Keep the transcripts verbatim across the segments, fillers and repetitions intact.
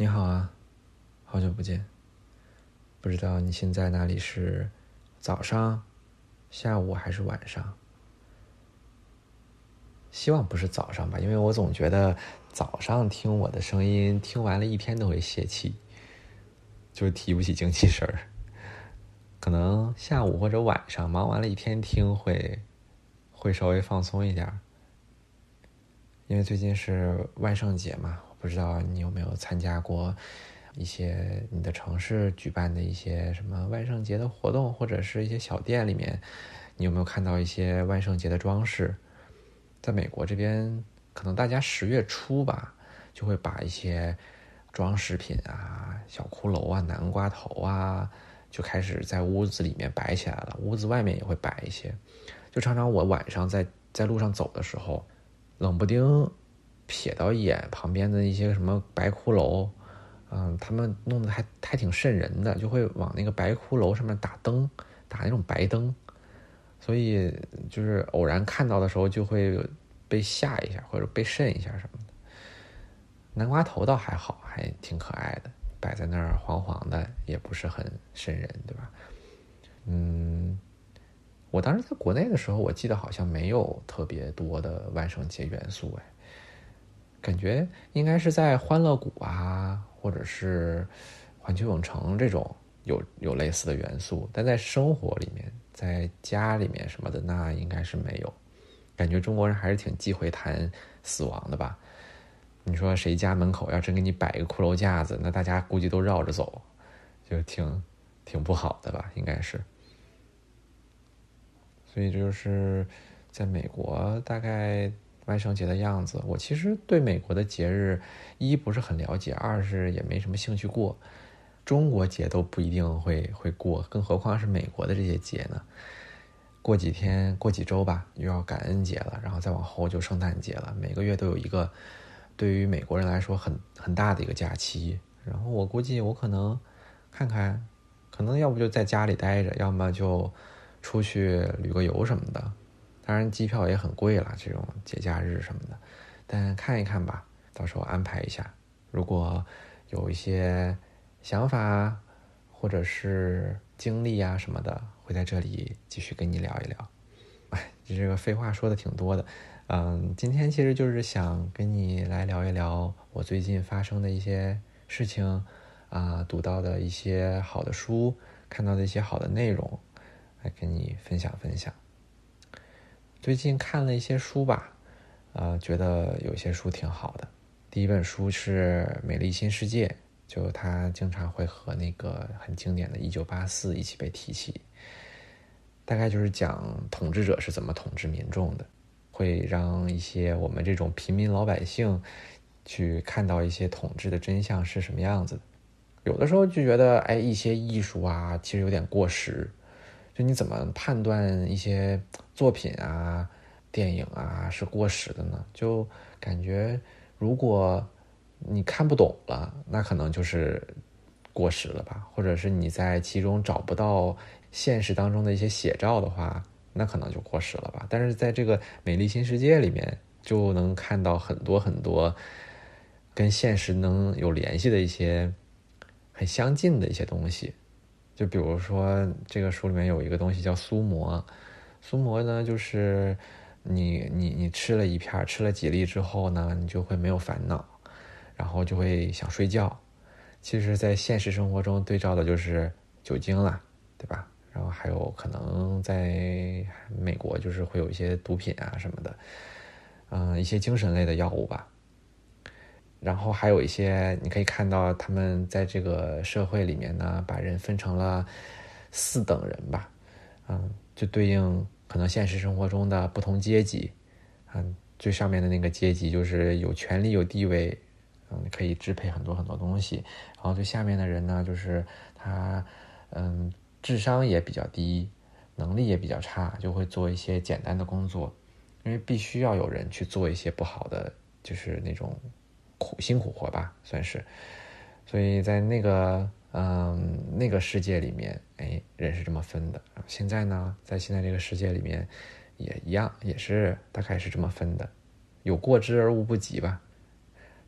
你好啊，好久不见。不知道你现在哪里是早上、下午还是晚上？希望不是早上吧，因为我总觉得早上听我的声音，听完了一天都会泄气，就是提不起精气神儿。可能下午或者晚上忙完了一天听会会稍微放松一点，因为最近是万圣节嘛，我不知道你有没有参加过一些你的城市举办的一些什么万圣节的活动，或者是一些小店里面，你有没有看到一些万圣节的装饰？在美国这边，可能大家十月初吧，就会把一些装饰品啊、小骷髅啊、南瓜头啊，就开始在屋子里面摆起来了。屋子外面也会摆一些。就常常我晚上在在路上走的时候，冷不丁瞥到一眼旁边的一些什么白骷髅，嗯，他们弄得还还挺瘆人的，就会往那个白骷髅上面打灯，打那种白灯，所以就是偶然看到的时候就会被吓一下或者被瘆一下什么的。南瓜头倒还好，还挺可爱的，摆在那儿黄黄的，也不是很瘆人，对吧？嗯，我当时在国内的时候，我记得好像没有特别多的万圣节元素，哎，感觉应该是在欢乐谷啊，或者是环球影城这种有有类似的元素，但在生活里面，在家里面什么的，那应该是没有。感觉中国人还是挺忌讳谈死亡的吧？你说谁家门口要真给你摆一个骷髅架子，那大家估计都绕着走，就挺挺不好的吧？应该是。所以这就是在美国大概万圣节的样子。我其实对美国的节日，一不是很了解，二是也没什么兴趣过。中国节都不一定会会过，更何况是美国的这些节呢？过几天，过几周吧，又要感恩节了，然后再往后就圣诞节了。每个月都有一个对于美国人来说很很大的一个假期。然后我估计我可能看看，可能要不就在家里待着，要么就出去旅个游什么的。当然机票也很贵了，这种节假日什么的，但看一看吧，到时候安排一下。如果有一些想法或者是经历啊什么的，会在这里继续跟你聊一聊。哎，这个废话说的挺多的。嗯，今天其实就是想跟你来聊一聊我最近发生的一些事情啊，读到的一些好的书，看到的一些好的内容，来跟你分享分享。最近看了一些书吧，呃，觉得有些书挺好的。第一本书是《美丽新世界》，就它经常会和那个很经典的一九八四一起被提起。大概就是讲统治者是怎么统治民众的，会让一些我们这种平民老百姓去看到一些统治的真相是什么样子的。有的时候就觉得，哎，一些艺术啊，其实有点过时。就你怎么判断一些作品啊、电影啊是过时的呢？就感觉如果你看不懂了，那可能就是过时了吧，或者是你在其中找不到现实当中的一些写照的话，那可能就过时了吧。但是在这个美丽新世界里面，就能看到很多很多跟现实能有联系的一些很相近的一些东西。就比如说这个书里面有一个东西叫苏魔，苏魔呢就是你你你吃了一片，吃了几粒之后呢，你就会没有烦恼，然后就会想睡觉。其实在现实生活中对照的就是酒精了，对吧？然后还有可能在美国就是会有一些毒品啊什么的，嗯、呃，一些精神类的药物吧。然后还有一些你可以看到他们在这个社会里面呢，把人分成了四等人吧，嗯，就对应可能现实生活中的不同阶级，嗯，最上面的那个阶级就是有权利有地位，嗯，可以支配很多很多东西，然后最下面的人呢，就是他，嗯，智商也比较低，能力也比较差，就会做一些简单的工作，因为必须要有人去做一些不好的，就是那种苦辛苦活吧，算是。所以在那个嗯那个世界里面，哎，人是这么分的。现在呢，在现在这个世界里面也一样，也是大概是这么分的，有过之而无不及吧。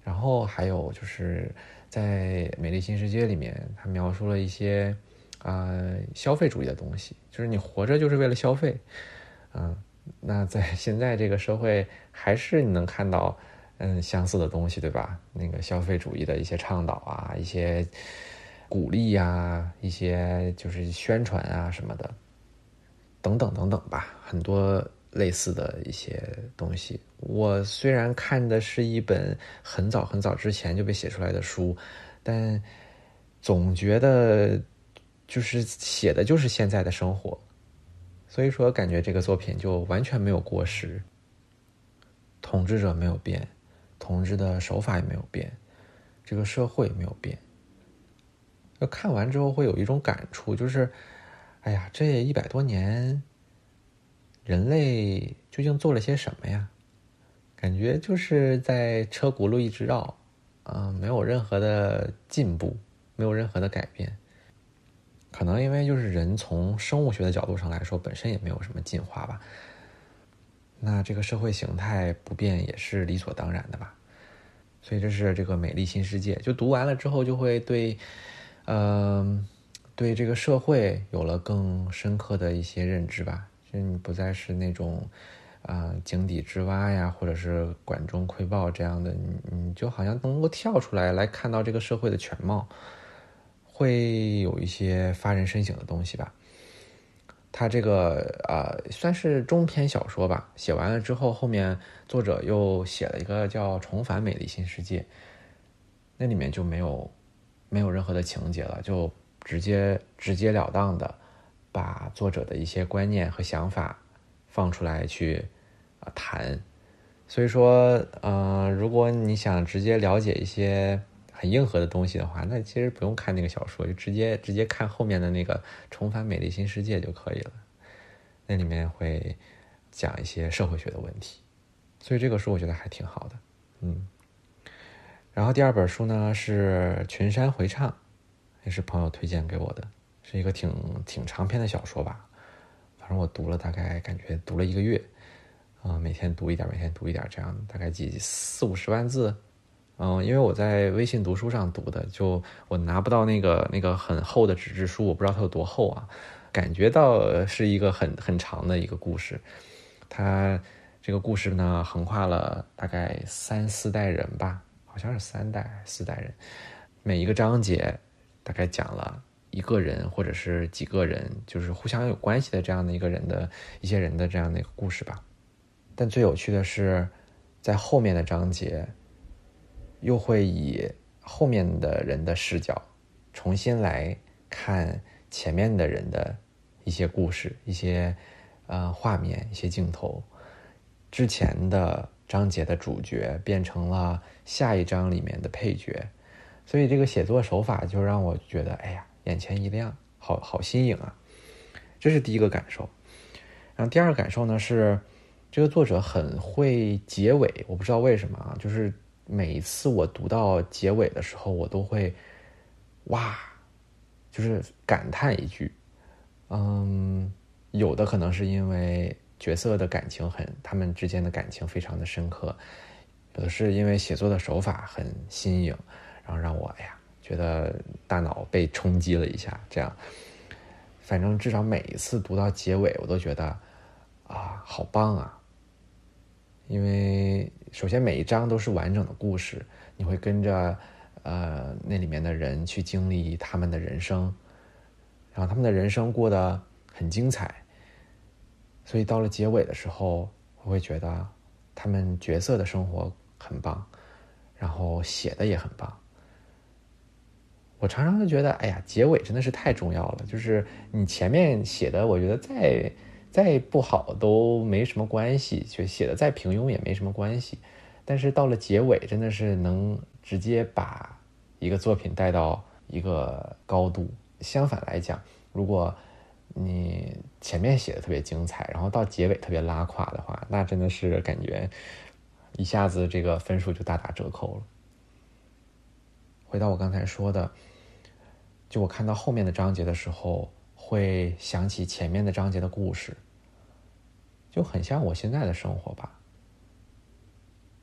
然后还有就是在《美丽新世界》里面，它描述了一些啊、呃、消费主义的东西，就是你活着就是为了消费，嗯、呃，那在现在这个社会，还是你能看到嗯相似的东西，对吧？那个消费主义的一些倡导啊，一些鼓励啊，一些就是宣传啊什么的，等等等等吧，很多类似的一些东西。我虽然看的是一本很早很早之前就被写出来的书，但总觉得就是写的就是现在的生活，所以说感觉这个作品就完全没有过时。统治者没有变，统治的手法也没有变，这个社会没有变。看完之后会有一种感触，就是哎呀，这一百多年人类究竟做了些什么呀？感觉就是在车轱辘一直绕，啊、呃，没有任何的进步，没有任何的改变。可能因为就是人从生物学的角度上来说，本身也没有什么进化吧。那这个社会形态不变也是理所当然的吧。所以这是这个美丽新世界，就读完了之后就会对，嗯、呃，对这个社会有了更深刻的一些认知吧。就你不再是那种啊、呃、井底之蛙呀，或者是管中窥豹这样的，你你就好像能够跳出来来看到这个社会的全貌，会有一些发人深省的东西吧。他这个呃算是中篇小说吧，写完了之后，后面作者又写了一个叫《重返美丽新世界》，那里面就没有没有任何的情节了，就直接直截了当的把作者的一些观念和想法放出来去啊、呃、谈。所以说，呃，如果你想直接了解一些很硬核的东西的话，那其实不用看那个小说，就直接直接看后面的那个《重返美丽新世界》就可以了。那里面会讲一些社会学的问题，所以这个书我觉得还挺好的。嗯，然后第二本书呢是《群山回唱》，也是朋友推荐给我的，是一个挺挺长篇的小说吧。反正我读了大概感觉读了一个月，啊、呃，每天读一点，每天读一点，这样大概几四五十万字。嗯、呃，因为我在微信读书上读的，就我拿不到那个那个很厚的纸质书，我不知道它有多厚啊，感觉到是一个很很长的一个故事。它这个故事呢，横跨了大概三四代人吧，好像是三代四代人，每一个章节大概讲了一个人或者是几个人，就是互相有关系的这样的一个人的一些人的这样的一个故事吧。但最有趣的是，在后面的章节又会以后面的人的视角重新来看前面的人的一些故事，一些呃画面，一些镜头。之前的章节的主角变成了下一章里面的配角，所以这个写作手法就让我觉得，哎呀，眼前一亮，好好新颖啊！这是第一个感受。然后第二个感受呢是，这个作者很会结尾，我不知道为什么啊，就是每一次我读到结尾的时候，我都会哇，就是感叹一句。嗯，有的可能是因为角色的感情很，他们之间的感情非常的深刻，有的是因为写作的手法很新颖，然后让我哎呀觉得大脑被冲击了一下，这样。反正至少每一次读到结尾，我都觉得啊，好棒啊！因为首先每一章都是完整的故事，你会跟着呃那里面的人去经历他们的人生，然后他们的人生过得很精彩，所以到了结尾的时候，我会觉得他们角色的生活很棒，然后写的也很棒。我常常就觉得，哎呀，结尾真的是太重要了。就是你前面写的，我觉得再再不好都没什么关系，就写的再平庸也没什么关系。但是到了结尾，真的是能直接把一个作品带到一个高度。相反来讲，如果你前面写的特别精彩，然后到结尾特别拉垮的话，那真的是感觉一下子这个分数就大打折扣了。回到我刚才说的，就我看到后面的章节的时候，会想起前面的章节的故事，就很像我现在的生活吧。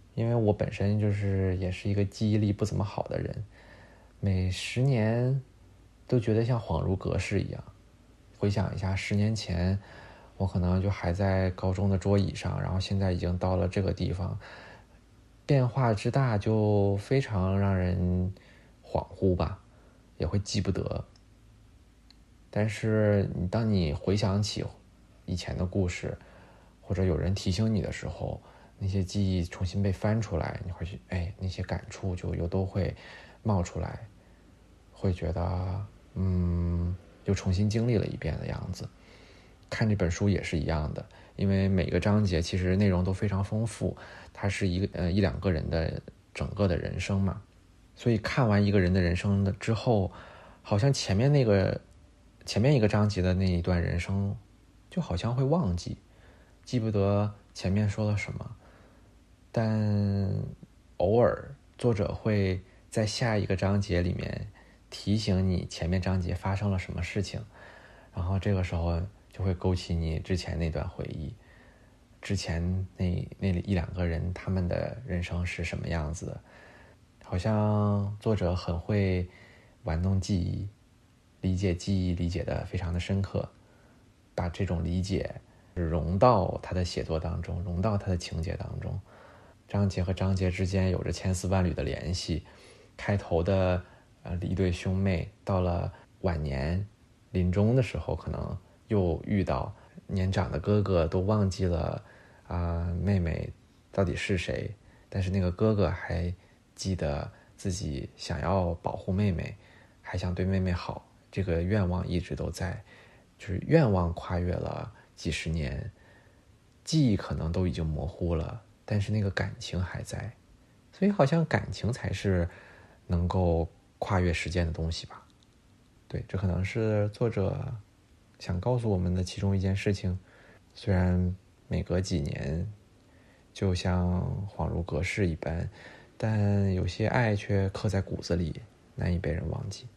因为我本身就是也是一个记忆力不怎么好的人，每十年都觉得像恍如隔世一样。回想一下，十年前我可能就还在高中的桌椅上，然后现在已经到了这个地方，变化之大就非常让人恍惚吧，也会记不得。但是你当你回想起以前的故事，或者有人提醒你的时候，那些记忆重新被翻出来，你会去哎，那些感触就又都会冒出来，会觉得嗯，又重新经历了一遍的样子。看这本书也是一样的，因为每个章节其实内容都非常丰富，它是一个呃一两个人的整个的人生嘛，所以看完一个人的人生的之后，好像前面那个前面一个章节的那一段人生，就好像会忘记，记不得前面说了什么，但偶尔作者会在下一个章节里面提醒你前面章节发生了什么事情，然后这个时候就会勾起你之前那段回忆，之前那那一两个人他们的人生是什么样子的。好像作者很会玩弄记忆，理解记忆理解的非常的深刻，把这种理解融到他的写作当中，融到他的情节当中。章节和章节之间有着千丝万缕的联系，开头的呃一对兄妹，到了晚年临终的时候，可能又遇到年长的哥哥都忘记了啊、呃、妹妹到底是谁，但是那个哥哥还记得自己想要保护妹妹，还想对妹妹好，这个愿望一直都在，就是愿望跨越了几十年，记忆可能都已经模糊了，但是那个感情还在，所以好像感情才是能够跨越时间的东西吧。对，这可能是作者想告诉我们的其中一件事情。虽然每隔几年就像恍如隔世一般，但有些爱却刻在骨子里，难以被人忘记。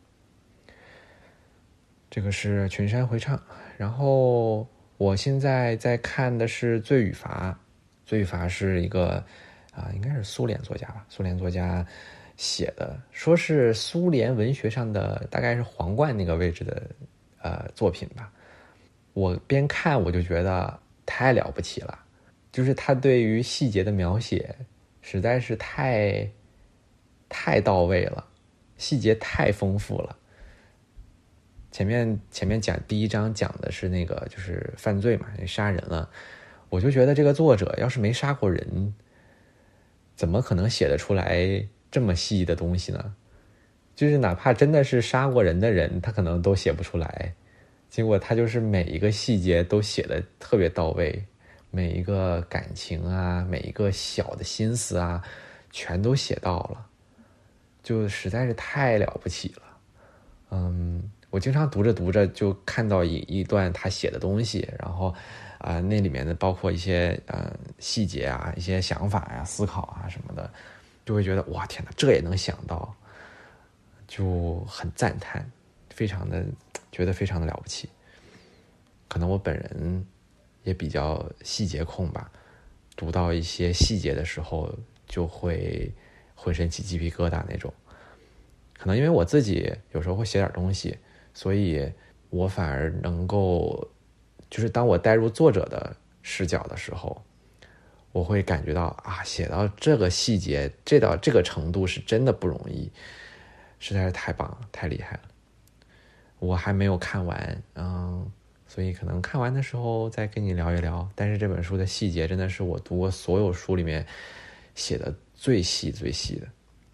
这个是群山回唱，然后我现在在看的是《罪与罚》。《罪与罚》是一个啊、呃，应该是苏联作家吧，苏联作家写的，说是苏联文学上的大概是皇冠那个位置的呃作品吧。我边看我就觉得太了不起了，就是他对于细节的描写实在是太太到位了，细节太丰富了。前面前面讲第一章讲的是那个就是犯罪嘛，杀人了，我就觉得这个作者要是没杀过人，怎么可能写得出来这么细的东西呢？就是哪怕真的是杀过人的人，他可能都写不出来。结果他就是每一个细节都写得特别到位，每一个感情啊，每一个小的心思啊，全都写到了，就实在是太了不起了。嗯，我经常读着读着就看到一一段他写的东西，然后啊、呃，那里面的包括一些呃细节啊，一些想法呀、思考啊什么的，就会觉得哇天哪，这也能想到，就很赞叹，非常的觉得非常的了不起。可能我本人也比较细节控吧，读到一些细节的时候就会浑身起鸡皮疙瘩那种。可能因为我自己有时候会写点东西，所以我反而能够，就是当我带入作者的视角的时候，我会感觉到啊，写到这个细节，这到这个程度是真的不容易，实在是太棒了，太厉害了。我还没有看完，嗯，所以可能看完的时候再跟你聊一聊。但是这本书的细节真的是我读过所有书里面写的最细最细的。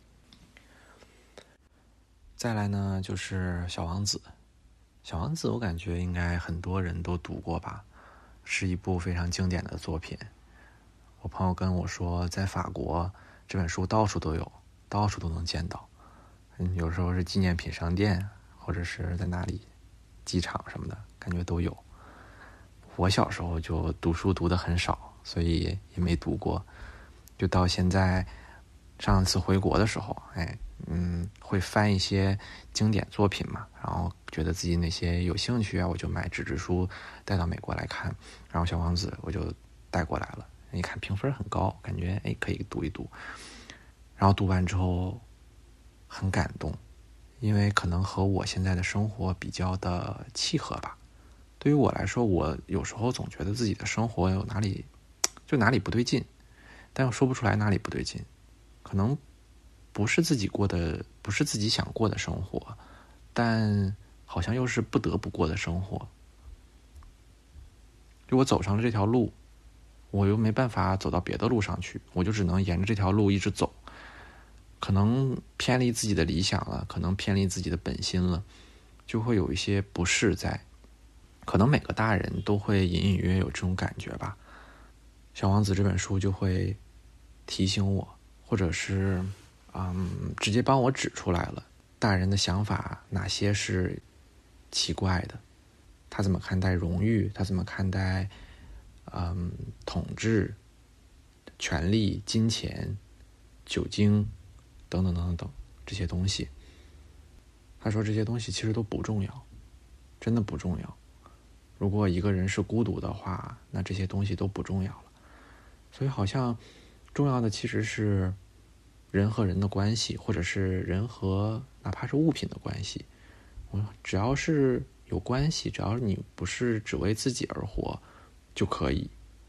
再来呢，就是小王子。小王子我感觉应该很多人都读过吧，是一部非常经典的作品。我朋友跟我说，在法国这本书到处都有，到处都能见到。嗯，有时候是纪念品商店，或者是在哪里机场什么的，感觉都有。我小时候就读书读得很少，所以也没读过。就到现在上次回国的时候，哎，嗯，会翻一些经典作品嘛，然后觉得自己哪些有兴趣啊，我就买纸质书带到美国来看。然后小王子我就带过来了， 一看评分很高，感觉哎可以读一读。然后读完之后很感动，因为可能和我现在的生活比较的契合吧。对于我来说，我有时候总觉得自己的生活有哪里就哪里不对劲，但又说不出来哪里不对劲，可能不是自己过的，不是自己想过的生活，但好像又是不得不过的生活。就我走上了这条路，我又没办法走到别的路上去，我就只能沿着这条路一直走。可能偏离自己的理想了，可能偏离自己的本心了，就会有一些不适在。可能每个大人都会隐隐约约有这种感觉吧。小王子这本书就会提醒我，或者是嗯，直接帮我指出来了大人的想法哪些是奇怪的，他怎么看待荣誉，他怎么看待嗯统治、权力、金钱、酒精等等等等等这些东西。他说这些东西其实都不重要，真的不重要。如果一个人是孤独的话，那这些东西都不重要了。所以好像重要的其实是人和人的关系，或者是人和哪怕是物品的关系。我只要是有关系，只要你不是只为自己而活就可以。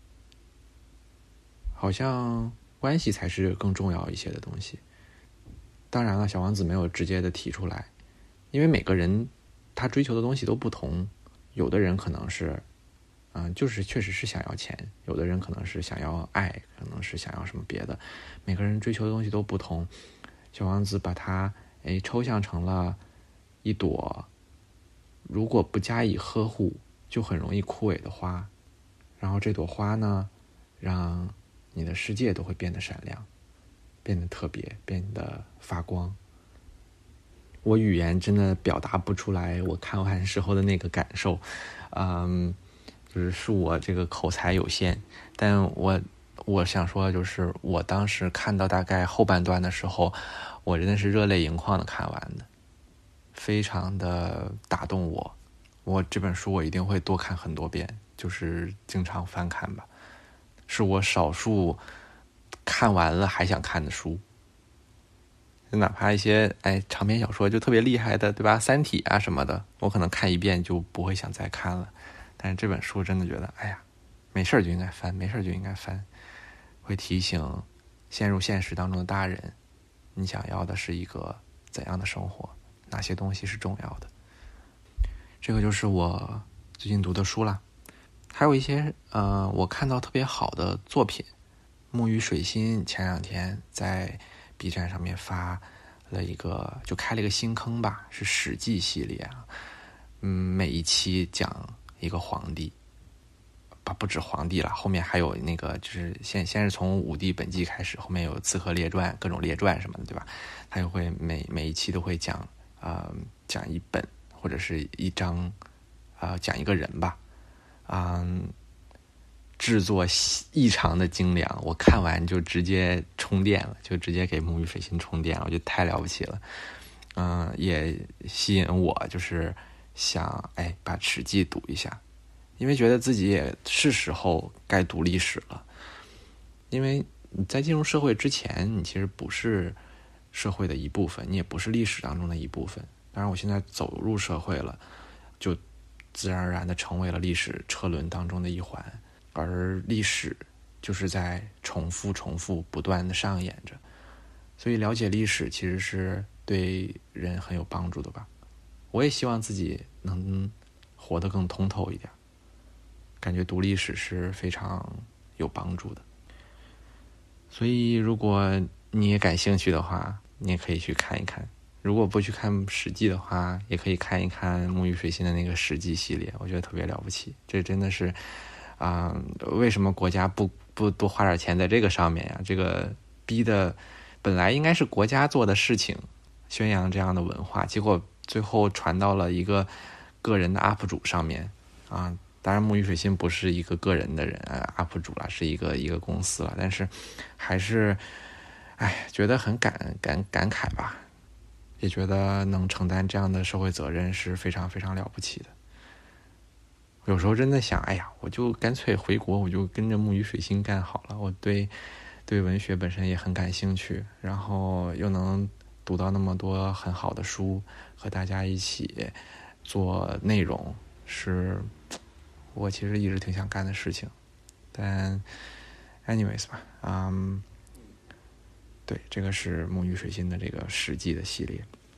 好像关系才是更重要一些的东西。当然了，小王子没有直接的提出来，因为每个人他追求的东西都不同。有的人可能是嗯，就是确实是想要钱，有的人可能是想要爱，可能是想要什么别的，每个人追求的东西都不同。小王子把它哎抽象成了一朵如果不加以呵护就很容易枯萎的花，然后这朵花呢让你的世界都会变得闪亮，变得特别，变得发光。我语言真的表达不出来我看完时候的那个感受，嗯，就是是我这个口才有限，但我我想说，就是我当时看到大概后半段的时候，我真的是热泪盈眶的看完的，非常的打动我。我这本书我一定会多看很多遍，就是经常翻看吧，是我少数看完了还想看的书。哪怕一些哎长篇小说就特别厉害的，对吧？三体啊什么的，我可能看一遍就不会想再看了。但是这本书真的觉得，哎呀，没事就应该翻，没事就应该翻，会提醒陷入现实当中的大人，你想要的是一个怎样的生活，哪些东西是重要的。这个就是我最近读的书啦。还有一些呃，我看到特别好的作品，木鱼水心前两天在B 站上面发了一个，就开了一个新坑吧，是史记系列啊。嗯，每一期讲一个皇帝，不不止皇帝了，后面还有那个就是先先是从武帝本纪开始，后面有刺客列传、各种列传什么的，对吧？他就会每每一期都会讲啊、呃、讲一本或者是一章啊、呃、讲一个人吧，嗯、呃。制作异常的精良，我看完就直接充电了，就直接给木鱼水心充电了，我觉得太了不起了。嗯、呃，也吸引我，就是想哎把史记读一下，因为觉得自己也是时候该读历史了。因为你在进入社会之前，你其实不是社会的一部分，你也不是历史当中的一部分。当然，我现在走入社会了，就自然而然的成为了历史车轮当中的一环。而历史就是在重复重复不断的上演着，所以了解历史其实是对人很有帮助的吧。我也希望自己能活得更通透一点，感觉读历史是非常有帮助的。所以如果你也感兴趣的话，你也可以去看一看，如果不去看史记的话，也可以看一看木鱼水心的那个史记系列，我觉得特别了不起。这真的是啊、呃，为什么国家不不多花点钱在这个上面呀？这个逼的本来应该是国家做的事情，宣扬这样的文化，结果最后传到了一个个人的 U P 主上面啊。当然，木鱼水心不是一个个人的人啊 U P 主了，是一个一个公司了，但是还是，哎，觉得很感感感慨吧，也觉得能承担这样的社会责任是非常非常了不起的。 有时候真的想，哎呀，我就干脆回国，我就跟着木鱼水星干好了。我对对文学本身也很感兴趣，然后又能读到那么多很好的书，和大家一起做内容，是我其实一直挺想干的事情。但 anyways 吧，嗯，对，这个是木鱼水星的这个史记的系列。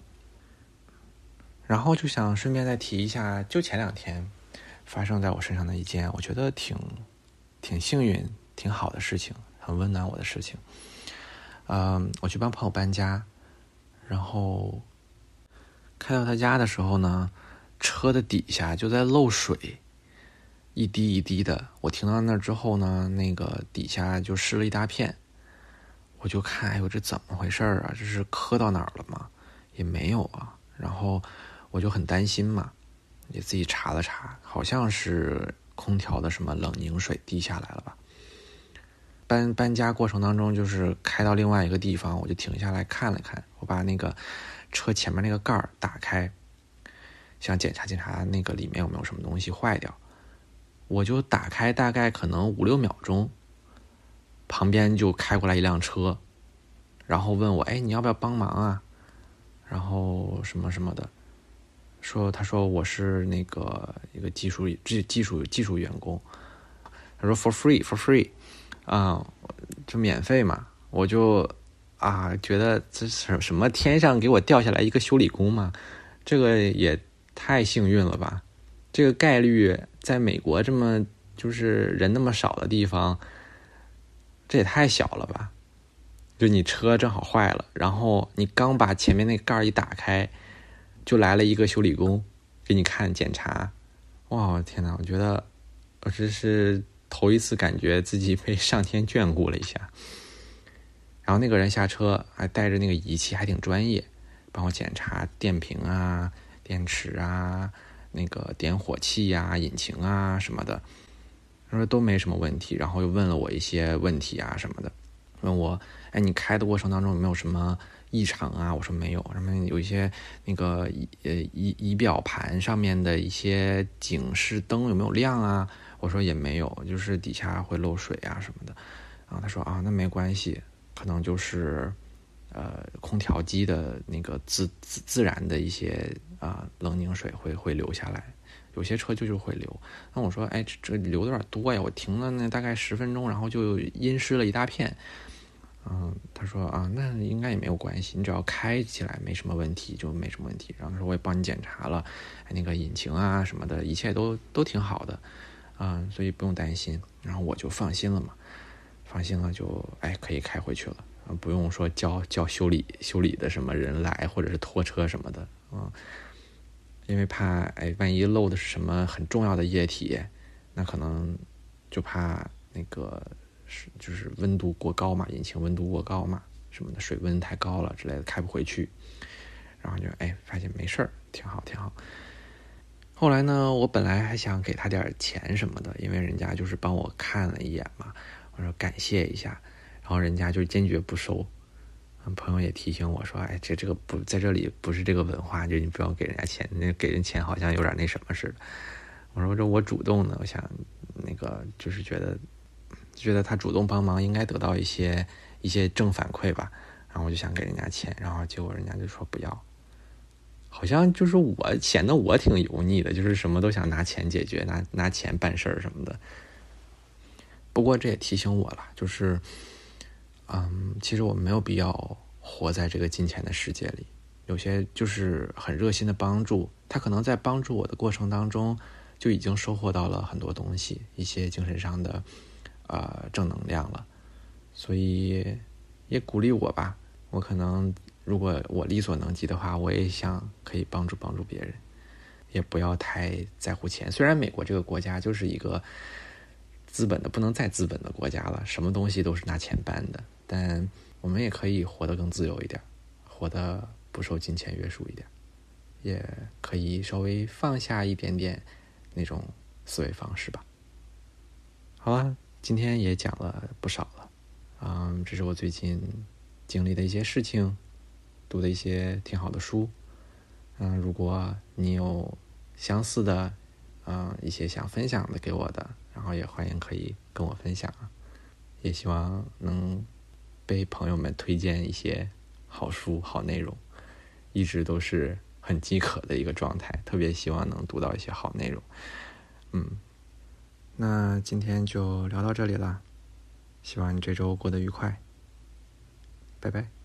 然后就想顺便再提一下，就前两天发生在我身上的一件我觉得挺挺幸运挺好的事情，很温暖我的事情。嗯，我去帮朋友搬家，然后开到他家的时候呢，车的底下就在漏水，一滴一滴的。我停到那儿之后呢，那个底下就湿了一大片。我就看，哎呦，这怎么回事啊？这是磕到哪儿了吗？也没有啊。然后我就很担心嘛，也自己查了查，好像是空调的什么冷凝水滴下来了吧。搬搬家过程当中，就是开到另外一个地方，我就停下来看了看，我把那个车前面那个盖儿打开，想检查检查那个里面有没有什么东西坏掉。我就打开大概可能五六秒钟，旁边就开过来一辆车，然后问我，哎，你要不要帮忙啊？然后什么什么的，说他说我是那个一个技术技技术技术员工，他说 for free for free 啊、就免费嘛。我就啊觉得这是什么天上给我掉下来一个修理工嘛，这个也太幸运了吧。这个概率在美国这么就是人那么少的地方，这也太小了吧。就你车正好坏了，然后你刚把前面那个盖一打开，就来了一个修理工给你看检查。哇，天哪，我觉得我这是头一次感觉自己被上天眷顾了一下。然后那个人下车还带着那个仪器，还挺专业，帮我检查电瓶啊、电池啊、那个点火器啊、引擎啊什么的，他说都没什么问题。然后又问了我一些问题啊什么的，问我，哎，你开的过程当中有没有什么异常啊？我说没有。上面有一些那个呃仪仪表盘上面的一些警示灯有没有亮啊？我说也没有，就是底下会漏水啊什么的。然后他说啊，那没关系，可能就是呃空调机的那个自自自然的一些啊、呃、冷凝水会会流下来。有些车就是会流。那我说，哎，这这流的有点多呀，我停了那大概十分钟，然后就阴湿了一大片。嗯，他说啊，那应该也没有关系，你只要开起来没什么问题就没什么问题。然后他说我也帮你检查了，哎，那个引擎啊什么的，一切都都挺好的，嗯，所以不用担心。然后我就放心了嘛，放心了就哎可以开回去了，不用说叫叫修理修理的什么人来，或者是拖车什么的，嗯。因为怕哎，万一漏的是什么很重要的液体，那可能就怕那个是就是温度过高嘛，引擎温度过高嘛，什么的水温太高了之类的，开不回去。然后就哎发现没事儿，挺好挺好。后来呢，我本来还想给他点钱什么的，因为人家就是帮我看了一眼嘛，我说感谢一下，然后人家就坚决不收。朋友也提醒我说，哎，这这个不在这里不是这个文化，就你不要给人家钱，那给人钱好像有点那什么似的。我说这我主动的，我想那个就是觉得觉得他主动帮忙应该得到一些一些正反馈吧，然后我就想给人家钱，然后结果人家就说不要，好像就是我显得我挺油腻的，就是什么都想拿钱解决，拿拿钱办事儿什么的。不过这也提醒我了，就是嗯，其实我们没有必要活在这个金钱的世界里。有些就是很热心的帮助，他可能在帮助我的过程当中，就已经收获到了很多东西，一些精神上的呃正能量了。所以也鼓励我吧，我可能如果我力所能及的话，我也想可以帮助帮助别人，也不要太在乎钱。虽然美国这个国家就是一个资本的不能再资本的国家了，什么东西都是拿钱办的，但我们也可以活得更自由一点，活得不受金钱约束一点，也可以稍微放下一点点那种思维方式吧。好了，今天也讲了不少了，嗯，这是我最近经历的一些事情，读的一些挺好的书，嗯，如果你有相似的嗯、呃、一些想分享的给我的，然后也欢迎可以跟我分享，也希望能被朋友们推荐一些好书好内容，一直都是很饥渴的一个状态，特别希望能读到一些好内容。嗯，那今天就聊到这里了，希望你这周过得愉快，拜拜。